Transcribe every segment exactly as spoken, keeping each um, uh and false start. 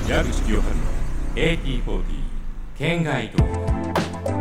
矢口清春の エーティーフォーティー 県外トー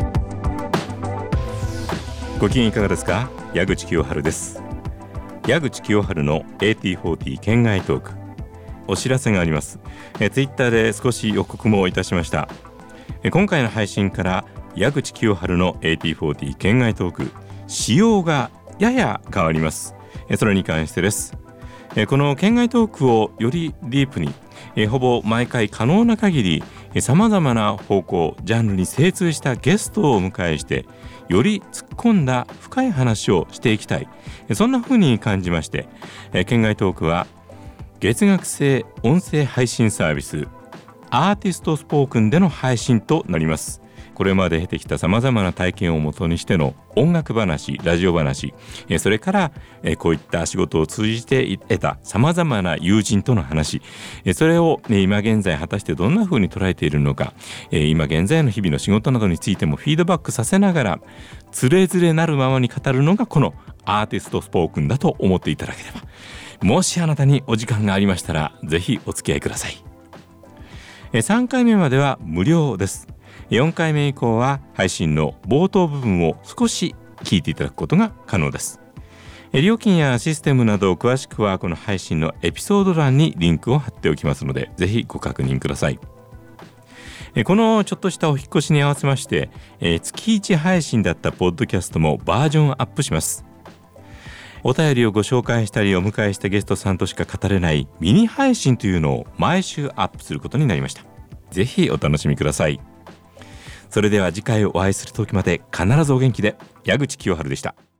ク。ご機嫌いかがですか？矢口清春です。矢口清春の エーティーフォーティー 県外トーク、お知らせがあります。えツイッターで少し予告もいたしました。え今回の配信から矢口清春の エーティーフォーティー 県外トーク仕様がやや変わります。えそれに関してです。えこの県外トークをよりディープに、えほぼ毎回可能な限りさまざまな方向ジャンルに精通したゲストをお迎えしてより突っ込んだ深い話をしていきたい、そんな風に感じまして、え県外トークは月額制音声配信サービスアーティストスポークンでの配信となります。これまで経てきたさまざまな体験をもとにしての音楽話、ラジオ話、それからこういった仕事を通じて得たさまざまな友人との話、それを今現在果たしてどんな風に捉えているのか、今現在の日々の仕事などについてもフィードバックさせながらつれづれなるままに語るのがこのアーティストスポークンだと思っていただければ、もしあなたにお時間がありましたらぜひお付き合いください。さんかいめまでは無料です。よんかいめ以降は配信の冒頭部分を少し聞いていただくことが可能です。料金やシステムなど詳しくはこの配信のエピソード欄にリンクを貼っておきますのでぜひご確認ください。このちょっとしたお引っ越しに合わせまして月いち配信だったポッドキャストもバージョンアップします。お便りをご紹介したりお迎えしたゲストさんとしか語れないミニ配信というのを毎週アップすることになりました。ぜひお楽しみください。それでは次回お会いする時まで必ずお元気で。矢口清春でした。